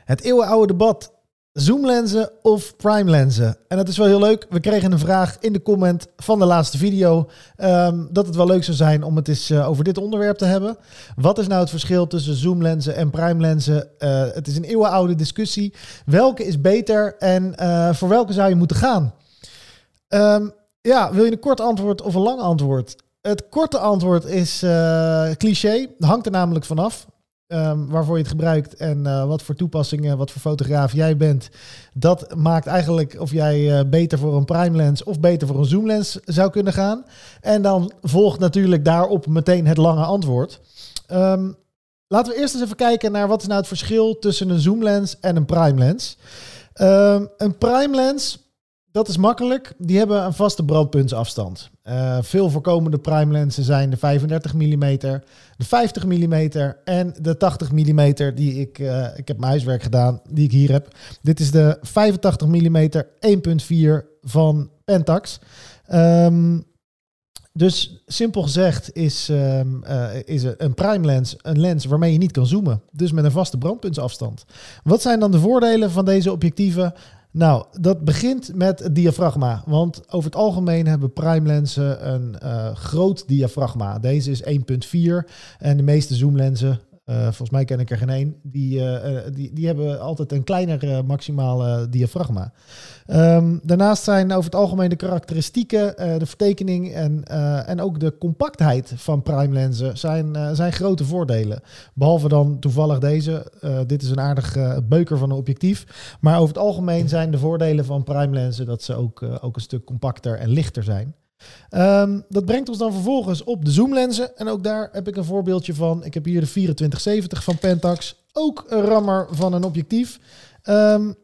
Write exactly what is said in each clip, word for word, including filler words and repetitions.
Het eeuwenoude debat. Zoomlenzen of prime lenzen? En dat is wel heel leuk. We kregen een vraag in de comment van de laatste video. Um, dat het wel leuk zou zijn om het eens uh, over dit onderwerp te hebben. Wat is nou het verschil tussen zoomlenzen en prime lenzen? Uh, het is een eeuwenoude discussie. Welke is beter en uh, voor welke zou je moeten gaan? Um, ja, wil je een kort antwoord of een lang antwoord? Het korte antwoord is uh, cliché. Hangt er namelijk vanaf. Um, waarvoor je het gebruikt en uh, wat voor toepassingen, wat voor fotograaf jij bent. Dat maakt eigenlijk of jij uh, beter voor een prime lens of beter voor een zoomlens zou kunnen gaan. En dan volgt natuurlijk daarop meteen het lange antwoord. Um, laten we eerst eens even kijken naar wat is nou het verschil tussen een zoomlens en een prime lens. Um, een prime lens, dat is makkelijk. Die hebben een vaste brandpuntsafstand. Uh, veel voorkomende prime lenzen zijn de vijfendertig millimeter, de vijftig millimeter en de tachtig millimeter die ik, uh, ik heb mijn huiswerk gedaan, die ik hier heb. Dit is de vijfentachtig millimeter één komma vier van Pentax. Um, dus simpel gezegd is, um, uh, is een prime lens een lens waarmee je niet kan zoomen. Dus met een vaste brandpuntsafstand. Wat zijn dan de voordelen van deze objectieven? Nou, dat begint met het diafragma. Want over het algemeen hebben prime lenzen een uh, groot diafragma. Deze is één komma vier en de meeste zoomlenzen, uh, volgens mij ken ik er geen één, die, uh, die, die hebben altijd een kleiner uh, maximale diafragma. Um, daarnaast zijn over het algemeen de karakteristieken, uh, de vertekening en, uh, en ook de compactheid van prime lenzen zijn, uh, zijn grote voordelen. Behalve dan toevallig deze. Uh, dit is een aardig uh, beuker van een objectief. Maar over het algemeen zijn de voordelen van prime lenzen dat ze ook, uh, ook een stuk compacter en lichter zijn. Um, dat brengt ons dan vervolgens op de zoomlenzen. En ook daar heb ik een voorbeeldje van. Ik heb hier de vierentwintig zeventig van Pentax. Ook een rammer van een objectief. Um,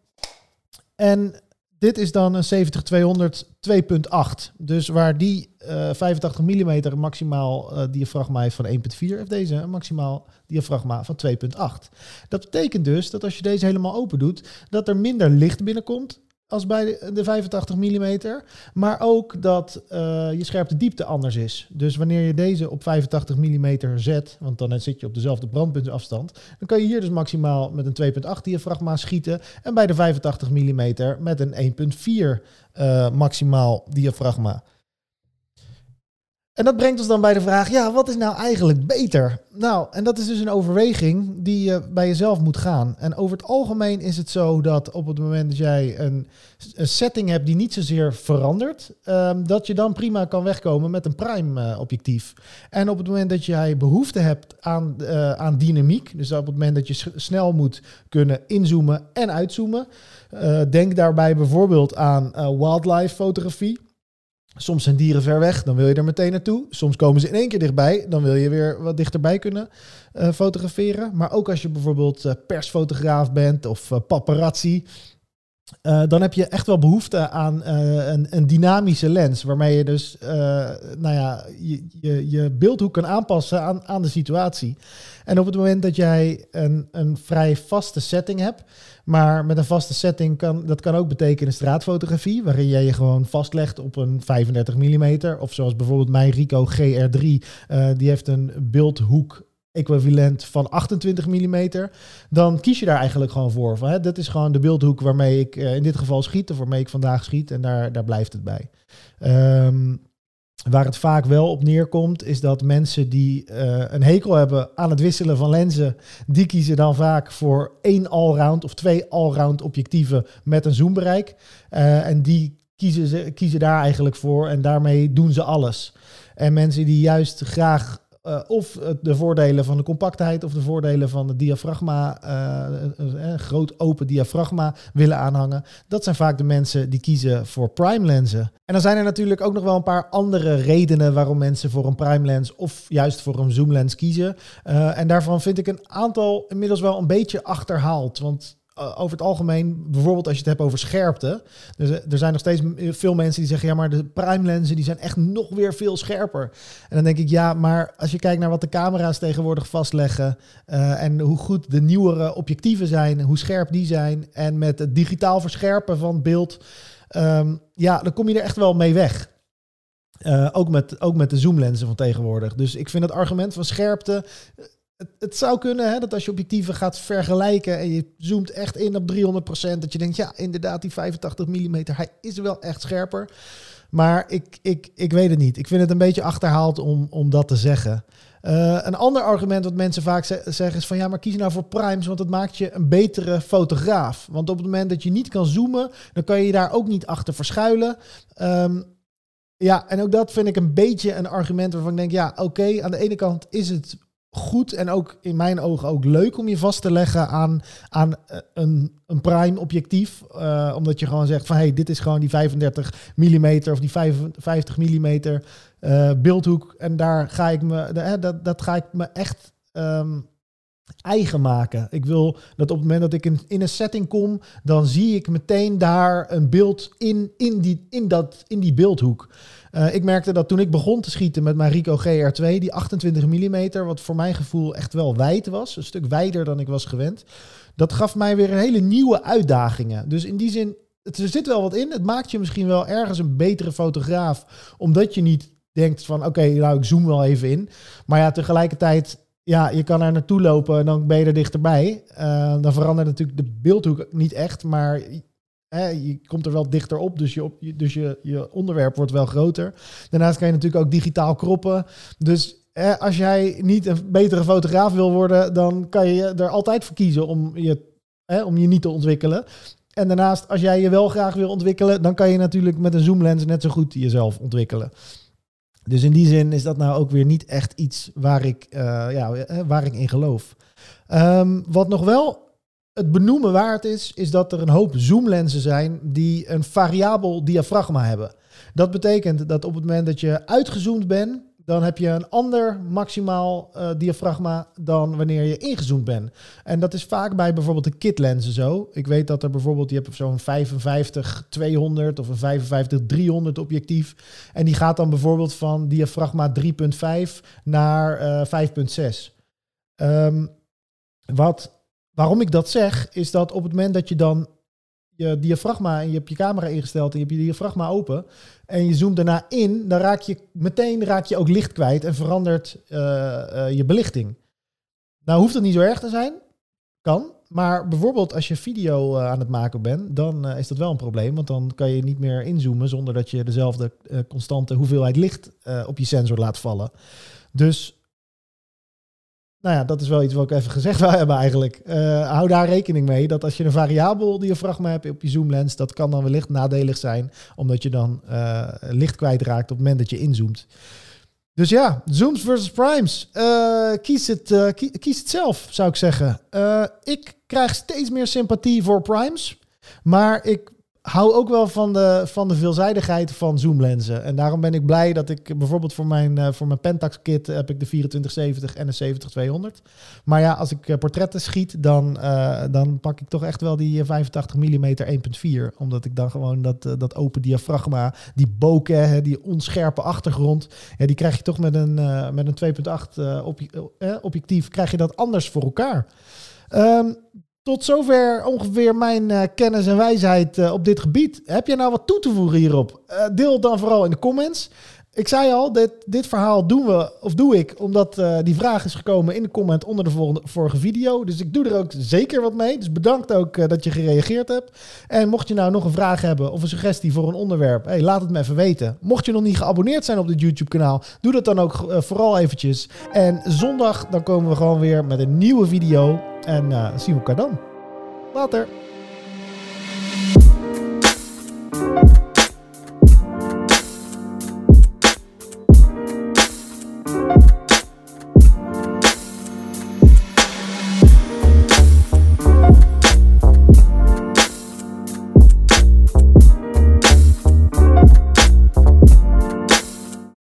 en dit is dan een zeventig tweehonderd twee komma acht. Dus waar die uh, vijfentachtig millimeter maximaal uh, diafragma heeft van één komma vier, heeft deze een maximaal diafragma van twee komma acht. Dat betekent dus dat als je deze helemaal open doet, dat er minder licht binnenkomt als bij de vijfentachtig millimeter. Maar ook dat uh, je scherpte diepte anders is. Dus wanneer je deze op vijfentachtig millimeter zet, want dan zit je op dezelfde brandpuntsafstand, dan kan je hier dus maximaal met een twee komma acht diafragma schieten. En bij de vijfentachtig millimeter met een één komma vier uh, maximaal diafragma. En dat brengt ons dan bij de vraag, ja, wat is nou eigenlijk beter? Nou, en dat is dus een overweging die je bij jezelf moet gaan. En over het algemeen is het zo dat op het moment dat jij een, een setting hebt die niet zozeer verandert, um, dat je dan prima kan wegkomen met een prime uh, objectief. En op het moment dat jij behoefte hebt aan, uh, aan dynamiek, dus op het moment dat je s- snel moet kunnen inzoomen en uitzoomen, uh, denk daarbij bijvoorbeeld aan uh, wildlife fotografie. Soms zijn dieren ver weg, dan wil je er meteen naartoe. Soms komen ze in één keer dichtbij, dan wil je weer wat dichterbij kunnen uh, fotograferen. Maar ook als je bijvoorbeeld uh, persfotograaf bent of uh, paparazzi, Uh, dan heb je echt wel behoefte aan uh, een, een dynamische lens, waarmee je dus uh, nou ja, je, je, je beeldhoek kan aanpassen aan, aan de situatie. En op het moment dat jij een, een vrij vaste setting hebt, maar met een vaste setting kan dat kan ook betekenen straatfotografie, waarin jij je gewoon vastlegt op een vijfendertig millimeter, of zoals bijvoorbeeld mijn Ricoh G R drie, uh, die heeft een beeldhoek equivalent van achtentwintig millimeter, dan kies je daar eigenlijk gewoon voor. Van, hè, dit is gewoon de beeldhoek waarmee ik uh, in dit geval schiet, of waarmee ik vandaag schiet, en daar, daar blijft het bij. Um, waar het vaak wel op neerkomt, is dat mensen die uh, een hekel hebben aan het wisselen van lenzen, die kiezen dan vaak voor één allround of twee allround objectieven met een zoombereik. Uh, en die kiezen, ze, kiezen daar eigenlijk voor en daarmee doen ze alles. En mensen die juist graag Uh, of de voordelen van de compactheid of de voordelen van het diafragma, uh, een, een groot open diafragma willen aanhangen. Dat zijn vaak de mensen die kiezen voor prime lenzen. En dan zijn er natuurlijk ook nog wel een paar andere redenen waarom mensen voor een prime lens of juist voor een zoomlens kiezen. Uh, en daarvan vind ik een aantal inmiddels wel een beetje achterhaald. Want over het algemeen, bijvoorbeeld als je het hebt over scherpte. Dus er zijn nog steeds veel mensen die zeggen, ja, maar de prime lenzen die zijn echt nog weer veel scherper. En dan denk ik, ja, maar als je kijkt naar wat de camera's tegenwoordig vastleggen uh, en hoe goed de nieuwere objectieven zijn, hoe scherp die zijn en met het digitaal verscherpen van beeld, um, ja, dan kom je er echt wel mee weg. Uh, ook, met, ook met de zoomlenzen van tegenwoordig. Dus ik vind het argument van scherpte het, het zou kunnen hè, dat als je objectieven gaat vergelijken en je zoomt echt in op driehonderd procent, dat je denkt, ja, inderdaad, die vijfentachtig millimeter, hij is wel echt scherper. Maar ik, ik, ik weet het niet. Ik vind het een beetje achterhaald om, om dat te zeggen. Uh, een ander argument wat mensen vaak ze- zeggen is van ja, maar kies nou voor primes, want het maakt je een betere fotograaf. Want op het moment dat je niet kan zoomen, dan kan je je daar ook niet achter verschuilen. Um, ja, en ook dat vind ik een beetje een argument waarvan ik denk, ja, oké, okay, aan de ene kant is het goed en ook in mijn ogen ook leuk om je vast te leggen aan, aan een, een prime objectief. Uh, omdat je gewoon zegt van, hey, dit is gewoon die vijfendertig millimeter of die vijfenvijftig millimeter uh, beeldhoek. En daar ga ik me, uh, dat, dat ga ik me echt um, eigen maken. Ik wil dat op het moment dat ik in, in een setting kom, dan zie ik meteen daar een beeld in, in, die, in, dat, in die beeldhoek. Uh, ik merkte dat toen ik begon te schieten met mijn Ricoh G R twee, die achtentwintig millimeter, wat voor mijn gevoel echt wel wijd was, een stuk wijder dan ik was gewend, dat gaf mij weer een hele nieuwe uitdagingen. Dus in die zin, het, er zit wel wat in. Het maakt je misschien wel ergens een betere fotograaf, omdat je niet denkt van, oké, okay, nou, ik zoom wel even in. Maar ja, tegelijkertijd, ja, je kan er naartoe lopen en dan ben je er dichterbij. Uh, dan verandert natuurlijk de beeldhoek niet echt, maar Hè, je komt er wel dichter op, dus, je, op, dus je, je onderwerp wordt wel groter. Daarnaast kan je natuurlijk ook digitaal kroppen. Dus hè, als jij niet een betere fotograaf wil worden, dan kan je er altijd voor kiezen om je, hè, om je niet te ontwikkelen. En daarnaast, als jij je wel graag wil ontwikkelen, dan kan je natuurlijk met een zoomlens net zo goed jezelf ontwikkelen. Dus in die zin is dat nou ook weer niet echt iets waar ik, uh, ja, waar ik in geloof. Um, wat nog wel het benoemen waard is, is dat er een hoop zoomlenzen zijn die een variabel diafragma hebben. Dat betekent dat op het moment dat je uitgezoomd bent, dan heb je een ander maximaal uh, diafragma dan wanneer je ingezoomd bent. En dat is vaak bij bijvoorbeeld de kitlenzen zo. Ik weet dat er bijvoorbeeld, je hebt zo'n vijfenvijftig tweehonderd of een vijfenvijftig driehonderd objectief. En die gaat dan bijvoorbeeld van diafragma drie komma vijf naar uh, vijf komma zes. Um, wat... Waarom ik dat zeg, is dat op het moment dat je dan je diafragma en je hebt je camera ingesteld en je hebt je diafragma open en je zoomt daarna in, dan raak je meteen raak je ook licht kwijt en verandert uh, uh, je belichting. Nou hoeft het niet zo erg te zijn, kan, maar bijvoorbeeld als je video uh, aan het maken bent, dan uh, is dat wel een probleem, want dan kan je niet meer inzoomen zonder dat je dezelfde uh, constante hoeveelheid licht uh, op je sensor laat vallen. Dus nou ja, dat is wel iets wat ik even gezegd wil hebben eigenlijk. Uh, hou daar rekening mee dat als je een variabel diafragma hebt op je zoomlens, dat kan dan wellicht nadelig zijn, omdat je dan uh, licht kwijtraakt op het moment dat je inzoomt. Dus ja, zooms versus primes. Uh, kies, het, uh, kies, kies het zelf, zou ik zeggen. Uh, ik krijg steeds meer sympathie voor primes, maar ik hou ook wel van de, van de veelzijdigheid van zoomlenzen. En daarom ben ik blij dat ik bijvoorbeeld voor mijn, uh, voor mijn Pentax kit heb ik de vierentwintig zeventig en de zeventig tweehonderd. Maar ja, als ik uh, portretten schiet, dan, uh, dan pak ik toch echt wel die vijfentachtig millimeter één komma vier. Omdat ik dan gewoon dat, uh, dat open diafragma, die bokeh, die onscherpe achtergrond, ja, die krijg je toch met een, uh, met een twee komma acht uh, obje- uh, objectief, krijg je dat anders voor elkaar. Um, Tot zover ongeveer mijn uh, kennis en wijsheid uh, op dit gebied. Heb je nou wat toe te voegen hierop? Uh, deel het dan vooral in de comments. Ik zei al, dit, dit verhaal doen we, of doe ik, omdat uh, die vraag is gekomen in de comment onder de volgende, vorige video. Dus ik doe er ook zeker wat mee. Dus bedankt ook uh, dat je gereageerd hebt. En mocht je nou nog een vraag hebben of een suggestie voor een onderwerp, hey, laat het me even weten. Mocht je nog niet geabonneerd zijn op dit YouTube kanaal, doe dat dan ook uh, vooral eventjes. En zondag dan komen we gewoon weer met een nieuwe video. En uh, zien we elkaar dan. Later.